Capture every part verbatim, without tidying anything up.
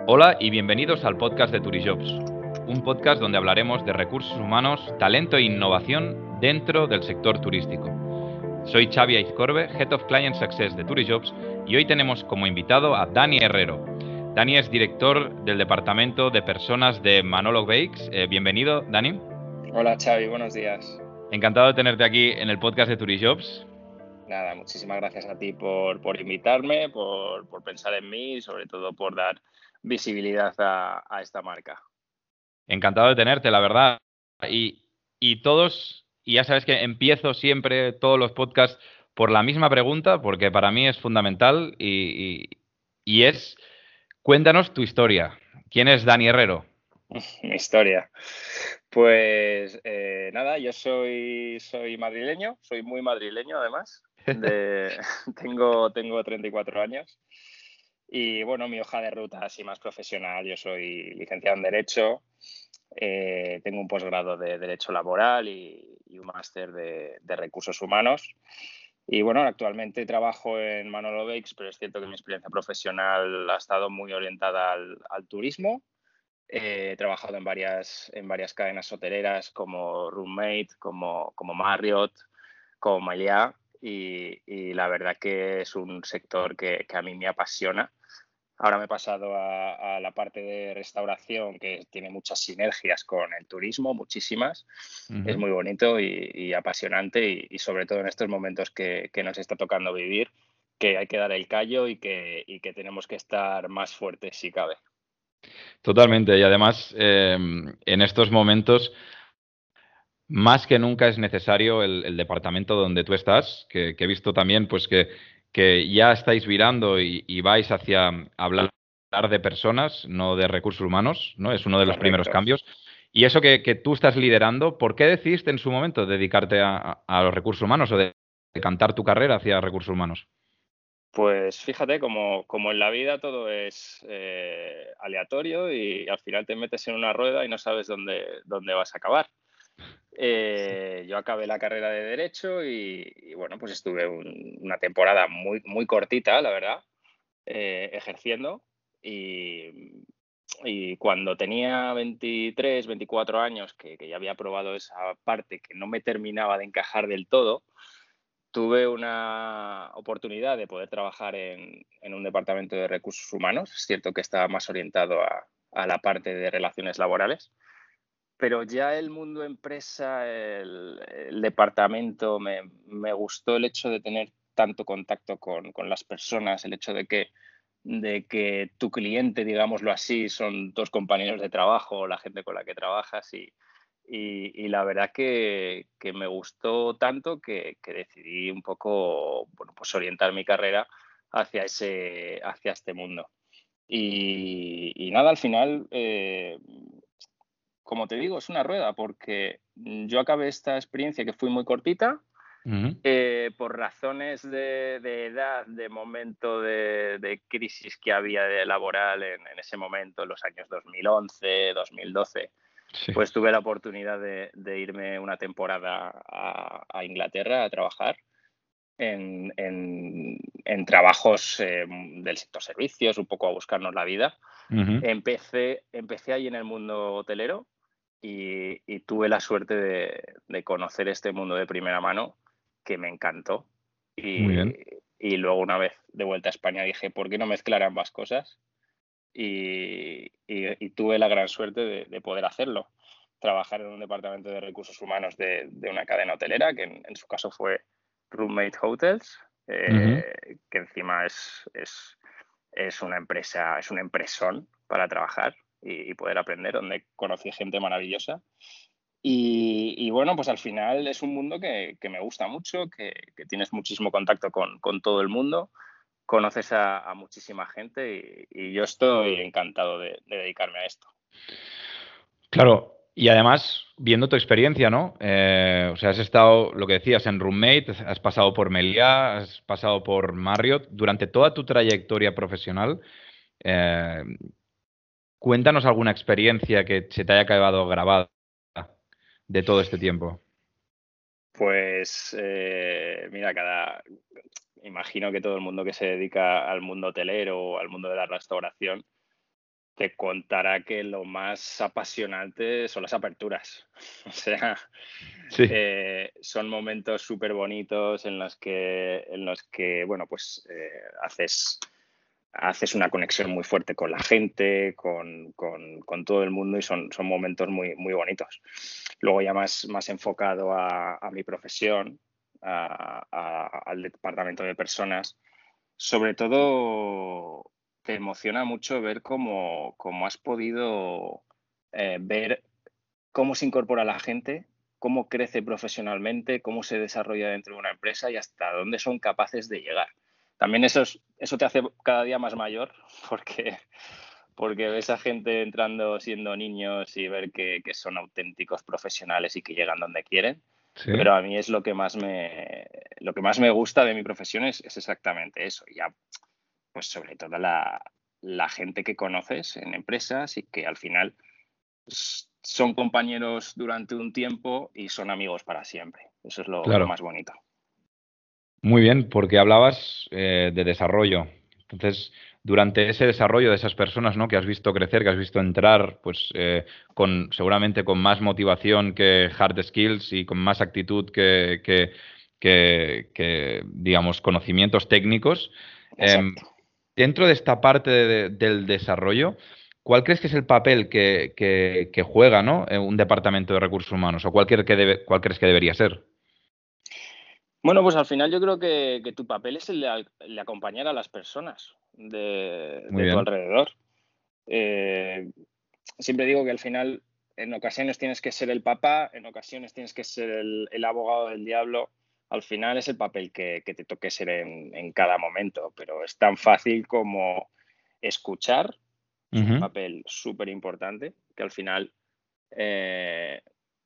Hola y bienvenidos al podcast de Turijobs, un podcast donde hablaremos de recursos humanos, talento e innovación dentro del sector turístico. Soy Xavi Aizcorbe, Head of Client Success de Turijobs, y hoy tenemos como invitado a Dani Herrero. Dani es director del departamento de personas de Manolo Bakes. Eh, bienvenido, Dani. Hola Xavi, buenos días. Encantado de tenerte aquí en el podcast de Turijobs. Nada, muchísimas gracias a ti por, por invitarme, por, por pensar en mí y sobre todo por dar visibilidad a, a esta marca. Encantado de tenerte, la verdad. Y, y todos, y ya sabes que empiezo siempre todos los podcasts por la misma pregunta, porque para mí es fundamental y, y- y es, cuéntanos tu historia. ¿Quién es Dani Herrero? Mi historia. Pues eh, nada, yo soy, soy madrileño, soy muy madrileño además. De, tengo, tengo treinta y cuatro años. Y bueno, mi hoja de ruta así más profesional, yo soy licenciado en Derecho, eh, tengo un posgrado de Derecho Laboral y, y un máster de, de Recursos Humanos. Y bueno, actualmente trabajo en Manolo Bakes, pero es cierto que mi experiencia profesional ha estado muy orientada al, al turismo. Eh, he trabajado en varias, en varias cadenas hoteleras como Roommate, como, como Marriott, como Meliá, y, y la verdad que es un sector que, que a mí me apasiona. Ahora me he pasado a, a la parte de restauración, que tiene muchas sinergias con el turismo, muchísimas. Es Ujú. muy bonito y, y apasionante y, y sobre todo en estos momentos que, que nos está tocando vivir, que hay que dar el callo y que, y que tenemos que estar más fuertes si cabe. Totalmente. Y además, eh, en estos momentos, más que nunca es necesario el, el departamento donde tú estás, que, que he visto también pues que, que ya estáis virando y, y vais hacia hablar de personas, no de recursos humanos, ¿no? Es uno de los primeros Correcto. cambios. Y eso que, que tú estás liderando, ¿por qué decidiste en su momento dedicarte a, a- a los recursos humanos o de decantar tu carrera hacia recursos humanos? Pues fíjate, como, como en la vida todo es eh, aleatorio y al final te metes en una rueda y no sabes dónde, dónde vas a acabar. Eh, yo acabé la carrera de Derecho y, y, bueno, pues estuve un- una temporada muy, muy cortita, la verdad, eh, ejerciendo. Y, y cuando tenía veintitrés, veinticuatro años, que, que ya había probado esa parte que no me terminaba de encajar del todo, tuve una oportunidad de poder trabajar en, en un departamento de recursos humanos. Es cierto que estaba más orientado a, a la parte de relaciones laborales, pero ya el mundo empresa, el, el departamento, me, me gustó el hecho de tener tanto contacto con, con las personas, el hecho de que, de que tu cliente, digámoslo así, son tus compañeros de trabajo, la gente con la que trabajas y, y, y la verdad que, que me gustó tanto que, que decidí un poco, bueno, pues orientar mi carrera hacia, ese, hacia este mundo. Y, y nada, al final, eh, como te digo, es una rueda porque mm, yo acabé esta experiencia que fue muy cortita, Ujú. eh, por razones de, de edad, de momento de, de crisis que había de laboral en, en ese momento, en los años dos mil once, dos mil doce, Sí. pues tuve la oportunidad de, de irme una temporada a, a Inglaterra a trabajar en, en, en trabajos eh, del sector servicios, un poco a buscarnos la vida. Ujú. Empecé, empecé ahí en el mundo hotelero y, y tuve la suerte de, de conocer este mundo de primera mano que me encantó. Muy Y, bien. y luego una vez de vuelta a España dije, ¿por qué no mezclar ambas cosas? Y, y- y tuve la gran suerte de, de poder hacerlo. Trabajar en un departamento de recursos humanos de, de una cadena hotelera, que en, en su caso fue Roommate Hotels, Ujú. eh, que encima es, es, es una empresa, es un empresón para trabajar y, y poder aprender, donde conocí gente maravillosa. Y, y bueno, pues al final es un mundo que, que me gusta mucho, que, que tienes muchísimo contacto con, con todo el mundo, conoces a, a muchísima gente y, y yo estoy encantado de, de dedicarme a esto. Claro, y además, viendo tu experiencia, ¿no? Eh, o sea, has estado, lo que decías, en Roommate, has pasado por Meliá, has pasado por Marriott. Durante toda tu trayectoria profesional, eh, cuéntanos alguna experiencia que se te haya quedado grabada de todo este tiempo. Pues eh, mira, cada, imagino que todo el mundo que se dedica al mundo hotelero o al mundo de la restauración te contará que lo más apasionante son las aperturas. O sea, Sí, eh, son momentos súper bonitos en los que, en los que, bueno, pues eh, haces, haces una conexión muy fuerte con la gente, con, con- con todo el mundo y son, son momentos muy, muy bonitos. Luego ya más, más enfocado a, a mi profesión, a- a- al departamento de personas, sobre todo te emociona mucho ver cómo, cómo has podido eh, ver cómo se incorpora la gente, cómo crece profesionalmente, cómo se desarrolla dentro de una empresa y hasta dónde son capaces de llegar. También eso, es- eso te hace cada día más mayor porque, porque ves a gente entrando siendo niños y ver que, que son auténticos profesionales y que llegan donde quieren. sí. Pero a mí es lo que más me, lo que más me gusta de mi profesión es, es exactamente eso. Y ya, pues sobre todo la, la gente que conoces en empresas y que al final s- son compañeros durante un tiempo y son amigos para siempre. Eso es lo, lo Claro. más bonito. Muy bien, porque hablabas eh, de desarrollo. Entonces, durante ese desarrollo de esas personas, ¿no? Que has visto crecer, que has visto entrar, pues eh, con seguramente con más motivación que hard skills y con más actitud que, que, que- que, digamos, conocimientos técnicos. em, Exacto. Dentro de esta parte de- del desarrollo, ¿cuál crees que es el papel que, que- que juega, ¿no? en un departamento de recursos humanos? ¿O cuál, crees que debe- cuál crees que debería ser? Bueno, pues al final yo creo que, que tu papel es el de, al- el de acompañar a las personas de, Muy de tu bien. alrededor. Eh, Siempre digo que al final en ocasiones tienes que ser el papá, en ocasiones tienes que ser el, el abogado del diablo. Al final es el papel que, que te toque ser en, en cada momento, pero es tan fácil como escuchar, es un Ujú, papel súper importante, que al final eh,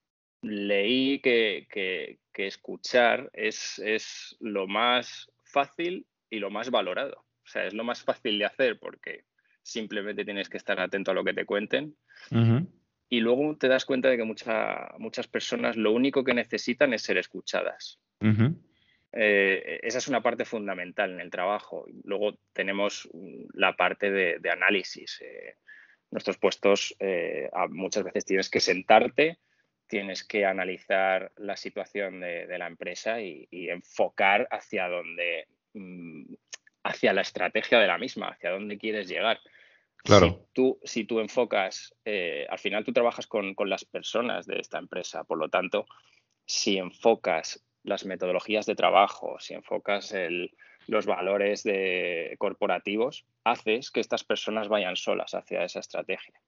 leí que, que- que escuchar es, es lo más fácil y lo más valorado. O sea, es lo más fácil de hacer porque simplemente tienes que estar atento a lo que te cuenten ujú, y luego te das cuenta de que mucha- muchas personas lo único que necesitan es ser escuchadas. ujú. Eh, esa es una parte fundamental en el trabajo. Luego tenemos mm, la parte de, de análisis. Eh, nuestros puestos eh, a- muchas veces tienes que sentarte, tienes que analizar la situación de, de la empresa y, y enfocar hacia dónde, mm, hacia la estrategia de la misma, hacia dónde quieres llegar. Si Claro. tú, si tú enfocas, eh, al final tú trabajas con, con las personas de esta empresa, por lo tanto, si enfocas las metodologías de trabajo, si enfocas el- los valores de, corporativos, haces que estas personas vayan solas hacia esa estrategia.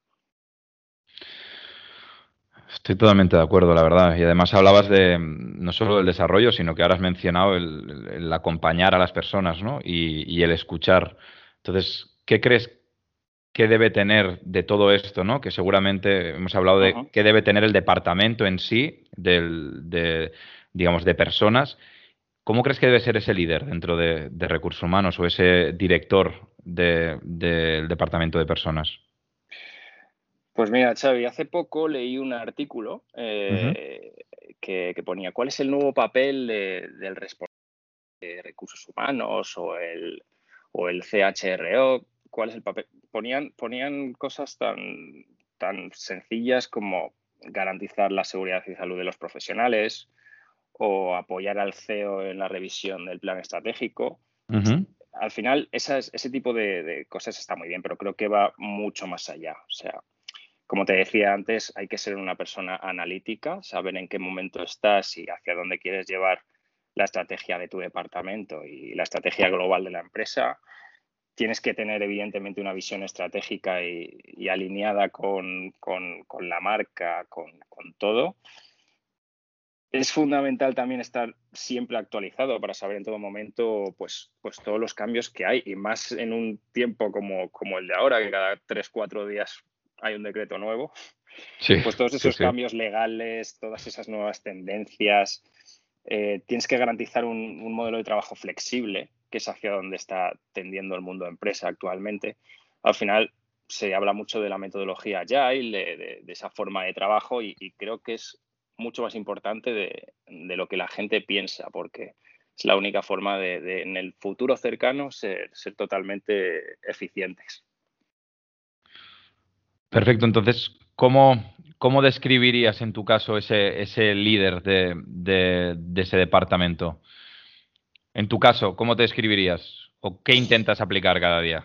Estoy totalmente de acuerdo, la verdad. Y además hablabas de mm, no solo del desarrollo, sino que ahora has mencionado el, el- el acompañar a las personas, ¿no? Y, y el escuchar. Entonces, ¿qué crees que debe tener de todo esto, ¿no? Que seguramente hemos hablado de Ujú. qué debe tener el departamento en sí, del, de, digamos, de personas. ¿Cómo crees que debe ser ese líder dentro de, de recursos humanos o ese director de- del departamento de personas? Pues mira, Xavi, hace poco leí un artículo Ujú, eh, que, que ponía cuál es el nuevo papel de- del responsable de recursos humanos o el, o el C H R O, cuál es el papel. Ponían, ponían cosas tan, tan sencillas como garantizar la seguridad y salud de los profesionales o apoyar al C E O en la revisión del plan estratégico. ujú, Al final, esas, ese tipo de, de cosas está muy bien, pero creo que va mucho más allá. O sea, como te decía antes, hay que ser una persona analítica, saber en qué momento estás y hacia dónde quieres llevar la estrategia de tu departamento y la estrategia global de la empresa. Tienes que tener, evidentemente, una visión estratégica y, y alineada con, con, con, la marca, con, con todo. Es fundamental también estar siempre actualizado para saber en todo momento pues, pues todos los cambios que hay y más en un tiempo como, como el de ahora, que cada tres, cuatro días hay un decreto nuevo, sí, pues todos sí, esos sí. cambios legales, todas esas nuevas tendencias, eh, tienes que garantizar un, un, modelo de trabajo flexible, que es hacia donde está tendiendo el mundo empresa actualmente. Al final se habla mucho de la metodología Agile, de, de, de esa forma de trabajo y, y, creo que es mucho más importante de, de, lo que la gente piensa, porque es la única forma de, de en el futuro cercano ser, ser totalmente eficientes. Perfecto, entonces, ¿cómo, cómo describirías en tu caso ese, ese líder de, de- de ese departamento? En tu caso, ¿cómo te describirías? ¿O qué intentas aplicar cada día?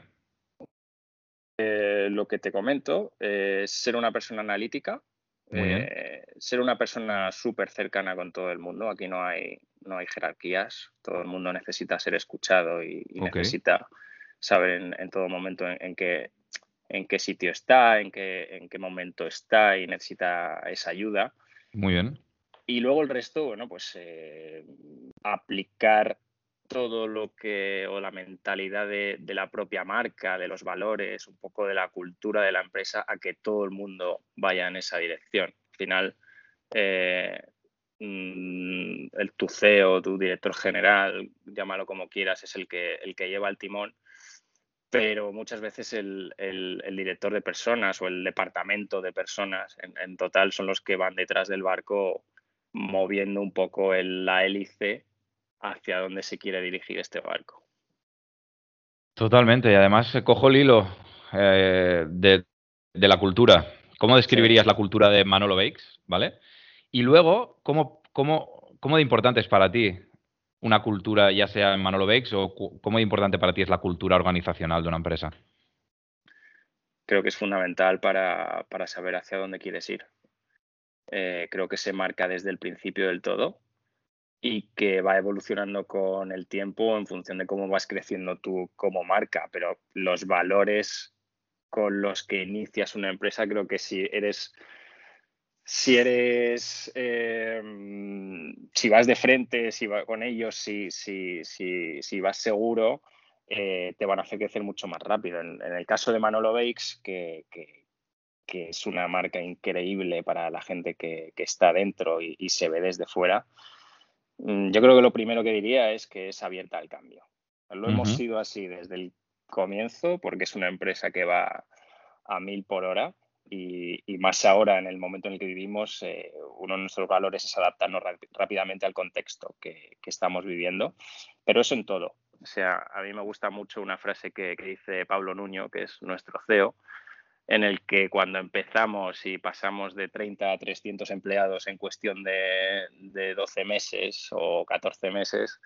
Eh, lo que te comento es ser una persona analítica, Muy bien, eh, ser una persona súper cercana con todo el mundo. Aquí no hay, no hay jerarquías, todo el mundo necesita ser escuchado y, y ok, necesita saber en, en todo momento en, en qué, en qué sitio está, en qué, en qué momento está y necesita esa ayuda. muy bien, Y luego el resto, bueno, pues eh, aplicar todo lo que, o la mentalidad de, de la propia marca, de los valores, un poco de la cultura de la empresa, a que todo el mundo vaya en esa dirección. Al final, eh, mm, el, tu C E O, tu director general, llámalo como quieras, es el que, el que lleva el timón, pero muchas veces el, el- el director de personas o el departamento de personas en, en total son los que van detrás del barco moviendo un poco el- la hélice hacia dónde se quiere dirigir este barco. totalmente. Y además eh, cojo el hilo eh, de, de la cultura. ¿Cómo Sí. describirías la cultura de Manolo Bakes? ¿Vale? Y luego, ¿cómo, cómo, cómo de importante es para ti una cultura, ya sea en Manolo Bakes, o cu- cómo de importante para ti es la cultura organizacional de una empresa? Creo que es fundamental para, para saber hacia dónde quieres ir. Eh, creo que se marca desde el principio del todo y que va evolucionando con el tiempo en función de cómo vas creciendo tú como marca, pero los valores con los que inicias una empresa, creo que si eres, si eres, eh, si vas de frente, si vas con ellos, si, si, si, si vas seguro, eh, te van a hacer crecer mucho más rápido. En, en el caso de Manolo Bakes, que, que, que, es una marca increíble para la gente que, que está dentro y, y se ve desde fuera, mm, yo creo que lo primero que diría es que es abierta al cambio. Lo hemos Ujú. sido así desde el comienzo porque es una empresa que va a mil por hora y, y más ahora en el momento en el que vivimos, eh, uno de nuestros valores es adaptarnos rápidamente al contexto que, que, estamos viviendo, pero eso en todo. O sea, a mí me gusta mucho una frase que, que dice Pablo Nuño, que es nuestro C E O, en el que cuando empezamos y pasamos de treinta a trescientos empleados en cuestión de, de doce meses o catorce meses,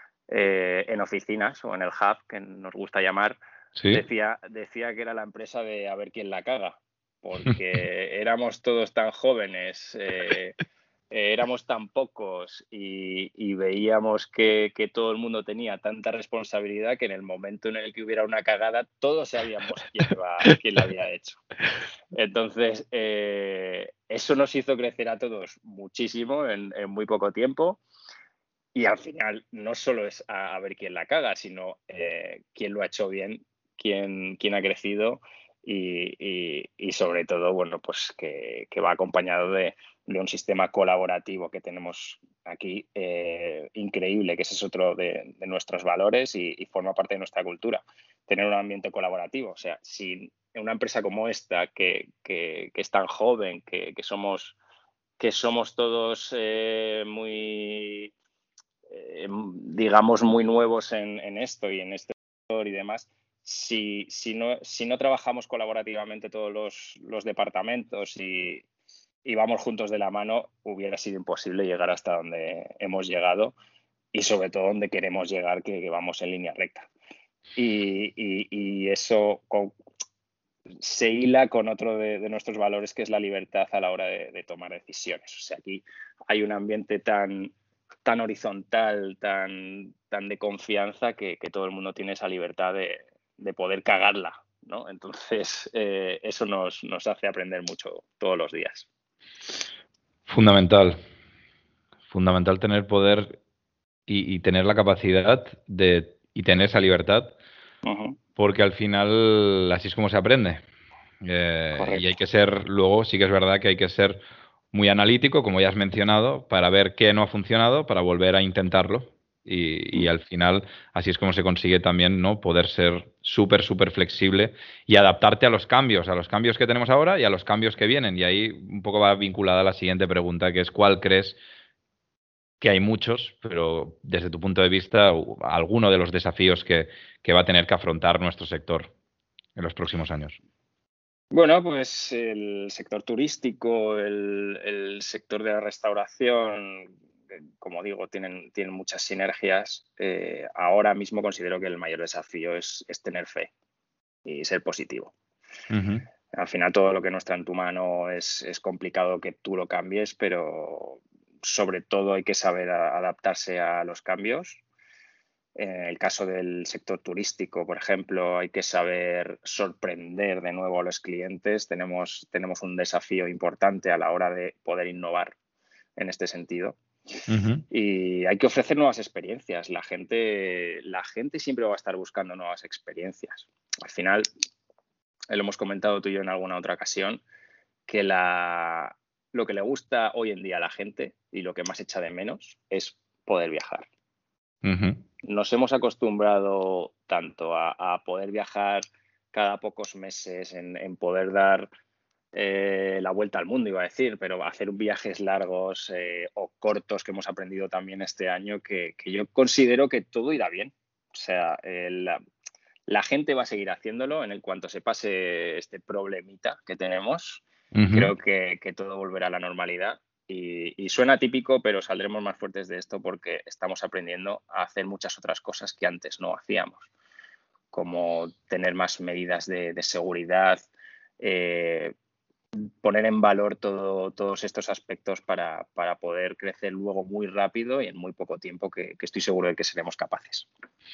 eh, en oficinas o en el hub, que nos gusta llamar, Sí. decía, decía que era la empresa de a ver quién la caga, porque éramos todos tan jóvenes, eh, eh, éramos tan pocos y, y veíamos que, que, todo el mundo tenía tanta responsabilidad que en el momento en el que hubiera una cagada, todos sabíamos quién, iba, quién la había hecho. Entonces, eh, eso nos hizo crecer a todos muchísimo en, en muy poco tiempo. Y al final no solo es a, a ver quién la caga, sino eh, quién lo ha hecho bien, quién, quién ha crecido y, y, y, sobre todo, bueno, pues que, que va acompañado de, de, un sistema colaborativo que tenemos aquí eh, increíble, que ese es otro de, de nuestros valores y, y forma parte de nuestra cultura. Tener un ambiente colaborativo. O sea, si una empresa como esta, que, que, que es tan joven, que, que somos que somos todos eh, muy eh, digamos, muy nuevos en, en, esto y en este sector y demás, si, si, no, si no trabajamos colaborativamente todos los, los departamentos y, y vamos juntos de la mano, hubiera sido imposible llegar hasta donde hemos llegado y sobre todo donde queremos llegar, que, que vamos en línea recta. Y, y, y eso con, se hila con otro de, de, nuestros valores, que es la libertad a la hora de, de tomar decisiones. O sea, aquí hay un ambiente tan, tan horizontal, tan, tan de confianza, que, que todo el mundo tiene esa libertad de, de poder cagarla, ¿no? Entonces, eh, eso nos, nos hace aprender mucho todos los días. Fundamental. Fundamental tener poder y, y tener la capacidad de, y tener esa libertad, Uh-huh. porque al final así es como se aprende. Eh, y hay Correcto. que ser, luego sí que es verdad que hay que ser muy analítico, como ya has mencionado, para ver qué no ha funcionado, para volver a intentarlo. Y, y al final así es como se consigue también, ¿no? Poder ser súper, súper flexible y adaptarte a los cambios, a los cambios que tenemos ahora y a los cambios que vienen. Y ahí un poco va vinculada la siguiente pregunta, que es ¿cuál crees? Que hay muchos, pero desde tu punto de vista, u- alguno de los desafíos que, que va a tener que afrontar nuestro sector en los próximos años. Bueno, pues el sector turístico, el, el sector de la restauración, eh, como digo, tienen, tienen muchas sinergias. Eh, ahora mismo considero que el mayor desafío es, es tener fe y ser positivo. Ujú. Al final todo lo que no está en tu mano es, es complicado que tú lo cambies, pero sobre todo hay que saber a- adaptarse a los cambios. En el caso del sector turístico, por ejemplo, hay que saber sorprender de nuevo a los clientes. Tenemos, tenemos un desafío importante a la hora de poder innovar en este sentido. Ujú. Y hay que ofrecer nuevas experiencias. La gente, la gente siempre va a estar buscando nuevas experiencias. Al final, lo hemos comentado tú y yo en alguna otra ocasión, que la, lo que le gusta hoy en día a la gente y lo que más echa de menos es poder viajar. Ujú. Nos hemos acostumbrado tanto a, a poder viajar cada pocos meses, en, en poder dar eh, la vuelta al mundo, iba a decir, pero hacer viajes largos eh, o cortos que hemos aprendido también este año, que, que yo considero que todo irá bien. O sea, el, la, la gente va a seguir haciéndolo en el cuanto se pase este problemita que tenemos. Ujú. Creo que, que todo volverá a la normalidad. Y, y suena típico, pero saldremos más fuertes de esto porque estamos aprendiendo a hacer muchas otras cosas que antes no hacíamos, como tener más medidas de, de seguridad, eh, poner en valor todo, todos estos aspectos para, para, poder crecer luego muy rápido y en muy poco tiempo, que, que estoy seguro de que seremos capaces.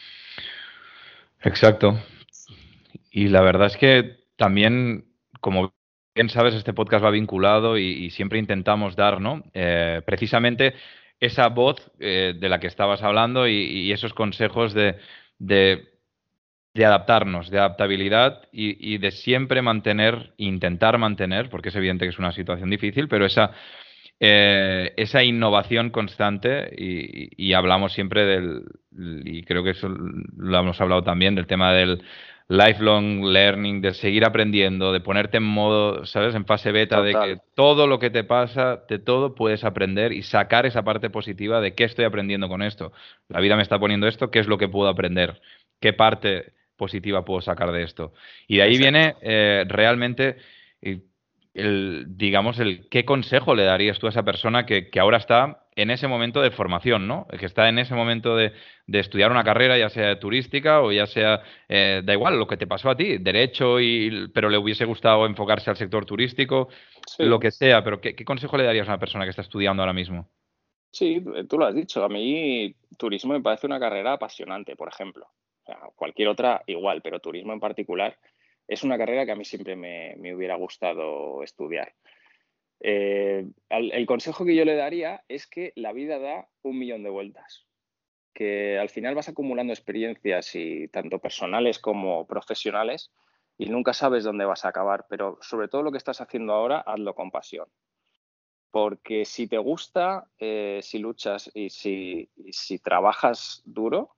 Exacto. Y la verdad es que también, como bien sabes, este podcast va vinculado y, y siempre intentamos dar, ¿no? Eh, precisamente esa voz eh, de la que estabas hablando y, y esos consejos de, de, de adaptarnos, de adaptabilidad y, y de siempre mantener, intentar mantener, porque es evidente que es una situación difícil, pero esa, eh, esa innovación constante y, y hablamos siempre del, y creo que eso lo hemos hablado también, del tema del lifelong learning, de seguir aprendiendo, de ponerte en modo, ¿sabes? En fase beta, de que Total. todo lo que te pasa, de todo puedes aprender y sacar esa parte positiva de qué estoy aprendiendo con esto. La vida me está poniendo esto, ¿qué es lo que puedo aprender? ¿Qué parte positiva puedo sacar de esto? Y de ahí Exacto. viene eh, realmente eh, el, digamos, el qué consejo le darías tú a esa persona que, que ahora está en ese momento de formación, ¿no? Que está en ese momento de, de estudiar una carrera, ya sea turística o ya sea, eh, da igual, lo que te pasó a ti, derecho, y, pero le hubiese gustado enfocarse al sector turístico, lo Sí, que sea, pero ¿qué, qué consejo le darías a una persona que está estudiando ahora mismo? sí, tú lo has dicho. A mí turismo me parece una carrera apasionante, por ejemplo. O sea, cualquier otra igual, pero turismo en particular es una carrera que a mí siempre me, me hubiera gustado estudiar. Eh, al- el consejo que yo le daría es que la vida da un millón de vueltas, que al final vas acumulando experiencias y tanto personales como profesionales y nunca sabes dónde vas a acabar, pero sobre todo lo que estás haciendo ahora, hazlo con pasión. Porque si te gusta, eh, si luchas y si, y si trabajas duro,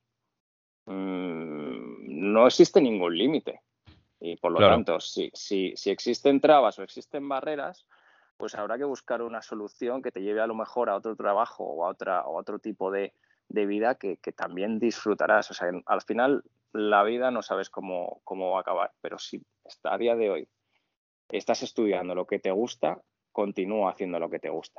mmm, no existe ningún límite. Y por lo Claro. tanto, si, si, si existen trabas o existen barreras, pues habrá que buscar una solución que te lleve a lo mejor a otro trabajo o a, otra, o a otro tipo de, de vida que, que, también disfrutarás. O sea, al final la vida no sabes cómo, cómo va a acabar, pero si a día de hoy estás estudiando lo que te gusta, continúa haciendo lo que te gusta.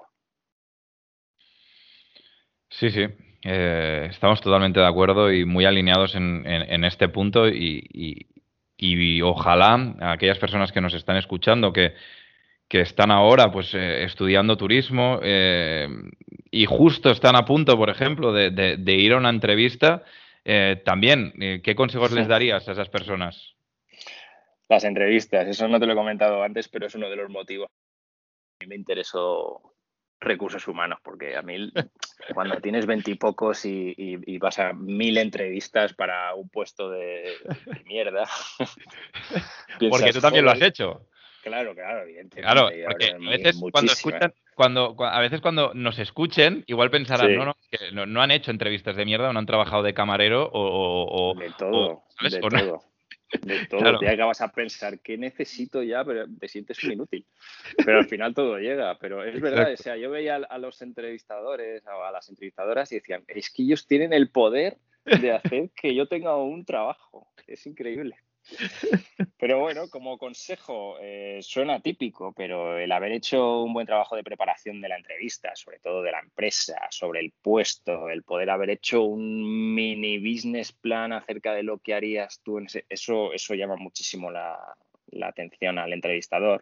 Sí, sí, eh, estamos totalmente de acuerdo y muy alineados en, en- en este punto y, y- y ojalá a aquellas personas que nos están escuchando que, que están ahora pues eh, estudiando turismo eh, y justo están a punto, por ejemplo, de, de- de ir a una entrevista, eh, también, eh, ¿qué consejos les darías a esas personas? Las entrevistas, eso no te lo he comentado antes, pero es uno de los motivos. A mí me interesó recursos humanos, porque a mí cuando tienes veintipocos y, y, y vas a mil entrevistas para un puesto de, de mierda, Porque piensas, tú también lo has joder, hecho. claro, claro, Claro, evidentemente, y porque ahora a veces cuando muchísimas. escuchan, cuando, cua- a veces cuando nos escuchen, igual pensarán, no, Sí, no, que no, no han hecho entrevistas de mierda o no han trabajado de camarero o, o, o- de o, todo, ¿sabes? de O no- todo, de todo. claro, Te acabas a pensar, ¿qué necesito ya? Pero te sientes un inútil. Pero al final todo llega. Pero es verdad, o exacto. sea, yo veía a los entrevistadores o a las entrevistadoras y decían, es que ellos tienen el poder de hacer que yo tenga un trabajo. Es increíble. Pero bueno, como consejo, eh, suena típico, pero el haber hecho un buen trabajo de preparación de la entrevista, sobre todo de la empresa, sobre el puesto, el poder haber hecho un mini business plan acerca de lo que harías tú, en ese- eso, eso llama muchísimo la, la atención al entrevistador.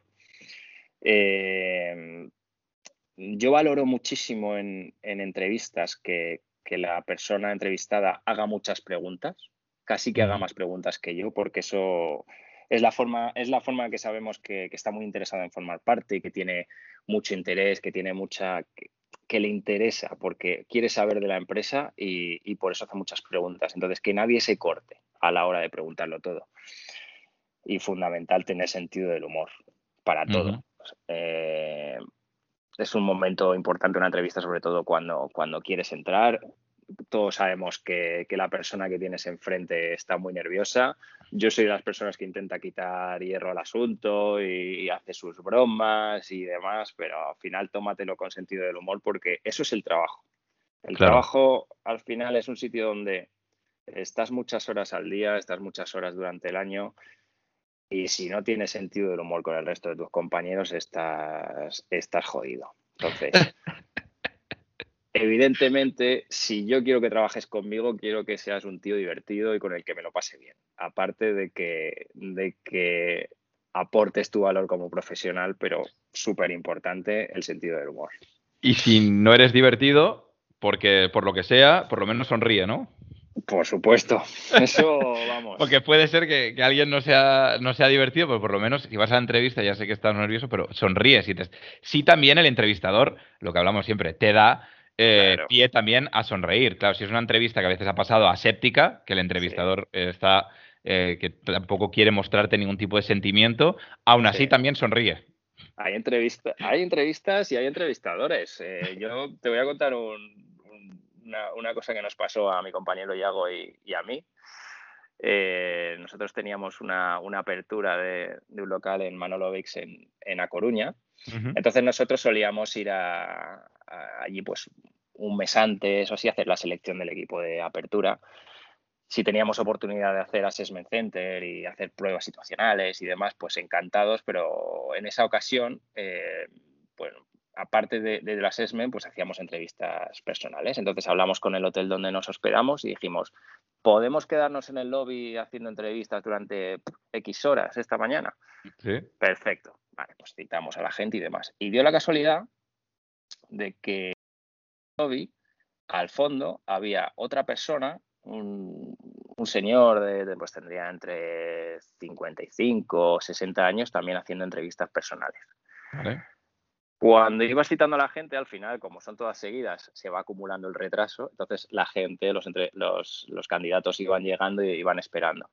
Eh, yo valoro muchísimo en, en entrevistas que, que la persona entrevistada haga muchas preguntas, casi que haga Ujú. más preguntas que yo, porque eso es la forma, es la forma que sabemos que, que está muy interesado en formar parte, que tiene mucho interés, que tiene mucha, que, que le interesa, porque quiere saber de la empresa y, y por eso hace muchas preguntas. Entonces, que nadie se corte a la hora de preguntarlo todo. Y fundamental tener sentido del humor para Ujú. todo. Eh, es un momento importante una entrevista, sobre todo cuando, cuando quieres entrar. Todos sabemos que, que la persona que tienes enfrente está muy nerviosa. Yo soy de las personas que intenta quitar hierro al asunto y, y hace sus bromas y demás, pero al final tómatelo con sentido del humor porque eso es el trabajo. El Claro. trabajo al final es un sitio donde estás muchas horas al día, estás muchas horas durante el año y si no tienes sentido del humor con el resto de tus compañeros, estás, estás jodido. Entonces, evidentemente, si yo quiero que trabajes conmigo, quiero que seas un tío divertido y con el que me lo pase bien. Aparte de que, de que aportes tu valor como profesional, pero súper importante el sentido del humor. Y si no eres divertido, porque por lo que sea, por lo menos sonríe, ¿no? Por supuesto, eso vamos. Porque puede ser que, que alguien no sea, no sea divertido, pero por lo menos si vas a la entrevista, ya sé que estás nervioso, pero sonríes. Y te... Sí, también el entrevistador, lo que hablamos siempre, te da eh, Claro, pie también a sonreír. Claro, si es una entrevista que a veces ha pasado aséptica, que el sí, entrevistador eh, está, eh, que tampoco quiere mostrarte ningún tipo de sentimiento, aún sí. así también sonríe. Hay, entrevista, hay entrevistas y hay entrevistadores. Eh, yo te voy a contar un- un- una, una cosa que nos pasó a mi compañero Iago y, y a mí. Eh, nosotros teníamos una, una apertura de, de, un local en Manolo Vix en, en A Coruña. Ujú. Entonces nosotros solíamos ir a, a allí pues un mes antes o así, hacer la selección del equipo de apertura. Si teníamos oportunidad de hacer assessment center y hacer pruebas situacionales y demás, pues encantados, pero en esa ocasión, eh, bueno, aparte de, de, del assessment, pues hacíamos entrevistas personales. Entonces hablamos con el hotel donde nos hospedamos y dijimos, ¿podemos quedarnos en el lobby haciendo entrevistas durante X horas esta mañana? Sí. Perfecto. Vale, pues citamos a la gente y demás. Y dio la casualidad de que en el lobby, al fondo, había otra persona, un, un señor de, de, pues tendría entre cincuenta y cinco o sesenta años, también haciendo entrevistas personales. Vale. Cuando ibas citando a la gente, al final, como son todas seguidas, se va acumulando el retraso. Entonces, la gente, los, entre, los, los candidatos iban llegando y iban esperando.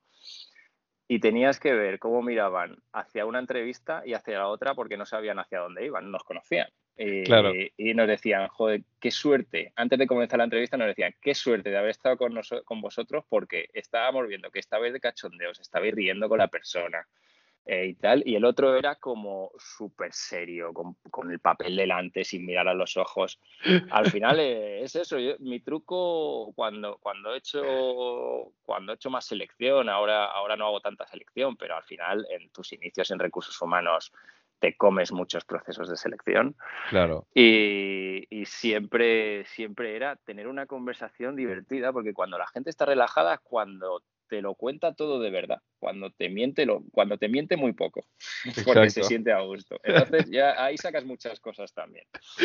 Y tenías que ver cómo miraban hacia una entrevista y hacia la otra porque no sabían hacia dónde iban, no nos conocían. Claro. Y, y nos decían, joder, qué suerte. Antes de comenzar la entrevista nos decían, qué suerte de haber estado con, noso- con vosotros porque estábamos viendo que estabais de cachondeos, estabais riendo con la persona eh, y tal. Y el otro era como súper serio, con, con el papel delante, sin mirar a los ojos. Al final eh, es eso. Yo, mi truco cuando, cuando, he hecho, cuando he hecho más selección, ahora, ahora no hago tanta selección, pero al final en tus inicios en recursos humanos te comes muchos procesos de selección. Claro. Y, y siempre, siempre era tener una conversación divertida, porque cuando la gente está relajada es cuando te lo cuenta todo de verdad, cuando te miente, lo, cuando te miente muy poco, porque se Exacto. siente a gusto. Entonces ya ahí sacas muchas cosas también.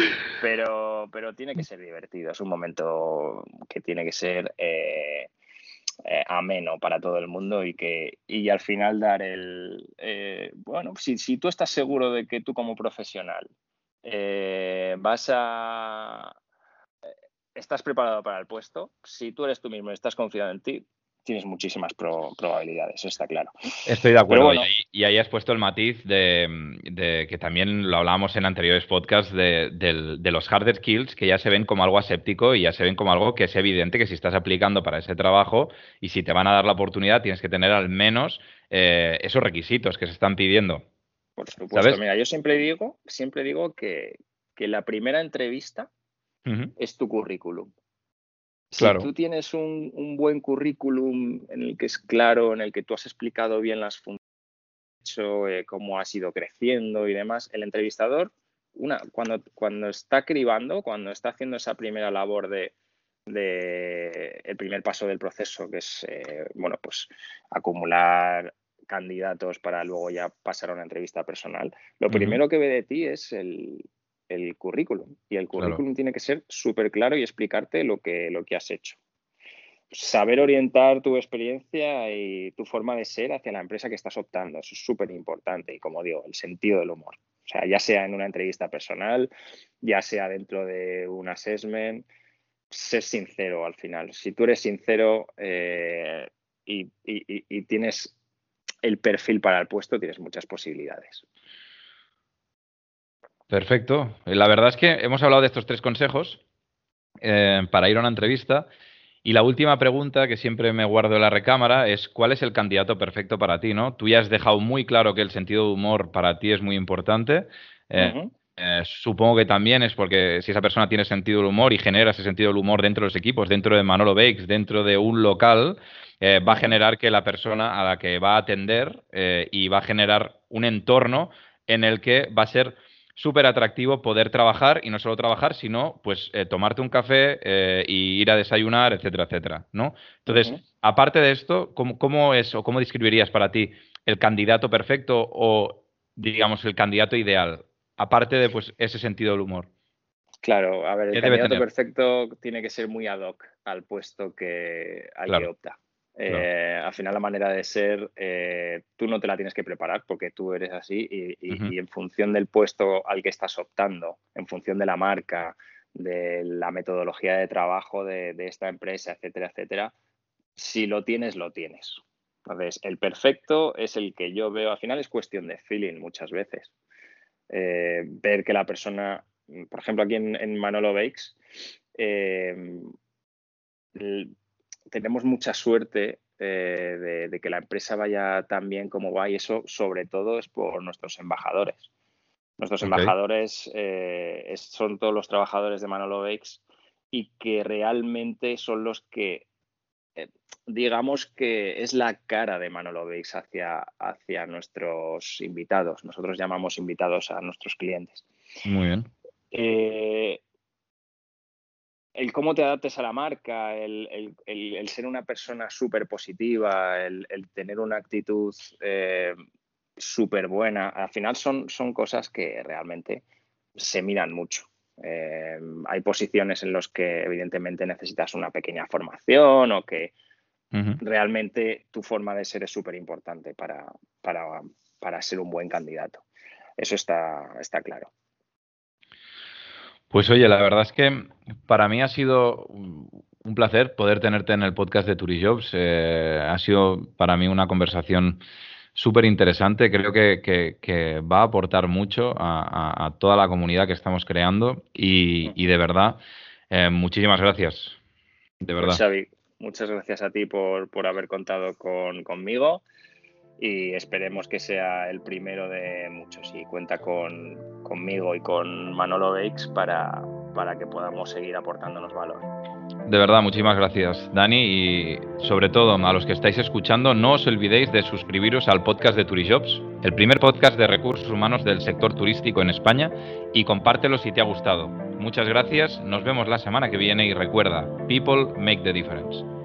Pero, pero tiene que ser divertido, es un momento que tiene que ser eh, eh, ameno para todo el mundo y que y al final dar el... Eh, bueno, si, si tú estás seguro de que tú como profesional eh, vas a... estás preparado para el puesto, si tú eres tú mismo y estás confiado en ti, tienes muchísimas pro, probabilidades, eso está claro. Estoy de Pero acuerdo. Y bueno, ahí, y ahí has puesto el matiz de, de que también lo hablábamos en anteriores podcasts de, del- de los hard skills que ya se ven como algo aséptico y ya se ven como algo que es evidente que si estás aplicando para ese trabajo y si te van a dar la oportunidad tienes que tener al menos eh, esos requisitos que se están pidiendo. por supuesto, ¿Sabes? mira, yo siempre digo, siempre digo que, que la primera entrevista Ujú. es tu currículum. Si Claro. tú tienes un, un buen currículum en el que es claro, en el que tú has explicado bien las funciones, eh, cómo has ido creciendo y demás, el entrevistador, una, cuando, cuando está cribando, cuando está haciendo esa primera labor de, de el primer paso del proceso, que es eh, bueno, pues acumular candidatos para luego ya pasar a una entrevista personal, lo Ujú. primero que ve de ti es el, el currículum. Y el Claro. currículum tiene que ser súper claro y explicarte lo que, lo que has hecho. Saber orientar tu experiencia y tu forma de ser hacia la empresa que estás optando. Eso es súper importante. Y como digo, el sentido del humor. O sea, ya sea en una entrevista personal, ya sea dentro de un assessment, ser sincero al final. Si tú eres sincero eh, y, y, y tienes el perfil para el puesto, tienes muchas posibilidades. Perfecto. La verdad es que hemos hablado de estos tres consejos eh, para ir a una entrevista. Y la última pregunta que siempre me guardo en la recámara es ¿cuál es el candidato perfecto para ti, ¿no? Tú ya has dejado muy claro que el sentido de humor para ti es muy importante. Eh, Ujú, eh, supongo que también es porque si esa persona tiene sentido del humor y genera ese sentido del humor dentro de los equipos, dentro de Manolo Bakes, dentro de un local, eh, va a ujú, generar que la persona a la que va a atender eh, y va a generar un entorno en el que va a ser súper atractivo poder trabajar y no solo trabajar, sino pues eh, tomarte un café eh, y ir a desayunar, etcétera, etcétera, ¿no? Entonces, ujú. aparte de esto, ¿cómo, cómo es o cómo describirías para ti el candidato perfecto o, digamos, el candidato ideal? Aparte de pues ese sentido del humor. Claro, a ver, el ¿Qué debe candidato tener? perfecto tiene que ser muy ad hoc al puesto que, al que Claro, opta. claro. Eh, al final la manera de ser, eh, tú no te la tienes que preparar porque tú eres así y, y- Ujú, y en función del puesto al que estás optando, en función de la marca, de la metodología de trabajo de, de esta empresa, etcétera, etcétera, si lo tienes, lo tienes. Entonces, el perfecto es el que yo veo, al final es cuestión de feeling muchas veces. Eh, ver que la persona, por ejemplo, aquí en, en Manolo Bakes, eh, l- tenemos mucha suerte eh, de, de que la empresa vaya tan bien como va y eso sobre todo es por nuestros embajadores. Nuestros ok. embajadores eh, es- son todos los trabajadores de Manolo Bakes y que realmente son los que, eh, digamos que es la cara de Manolo Bakes hacia, hacia nuestros invitados. Nosotros llamamos invitados a nuestros clientes. Muy bien. Eh, el cómo te adaptes a la marca, el, el, el, el ser una persona súper positiva, el, el, tener una actitud eh, súper buena, al final son, son cosas que realmente se miran mucho. Eh, hay posiciones en las que evidentemente necesitas una pequeña formación o que Ujú. realmente tu forma de ser es súper importante para, para, para ser un buen candidato. Eso está, está claro. Pues oye, la verdad es que para mí ha sido un un placer poder tenerte en el podcast de Turijobs. Eh, ha sido para mí una conversación súper interesante. Creo que, que- que va a aportar mucho a, a- a toda la comunidad que estamos creando y, y de verdad, eh, muchísimas gracias. De Pues verdad. Xavi, muchas gracias a ti por, por haber contado con, conmigo y esperemos que sea el primero de muchos y cuenta con, conmigo y con Manolo Bakes para, para que podamos seguir aportándonos valor. De verdad, muchísimas gracias, Dani. Y sobre todo, a los que estáis escuchando, no os olvidéis de suscribiros al podcast de Turijobs, el primer podcast de recursos humanos del sector turístico en España, y compártelo si te ha gustado. Muchas gracias, nos vemos la semana que viene y recuerda, people make the difference.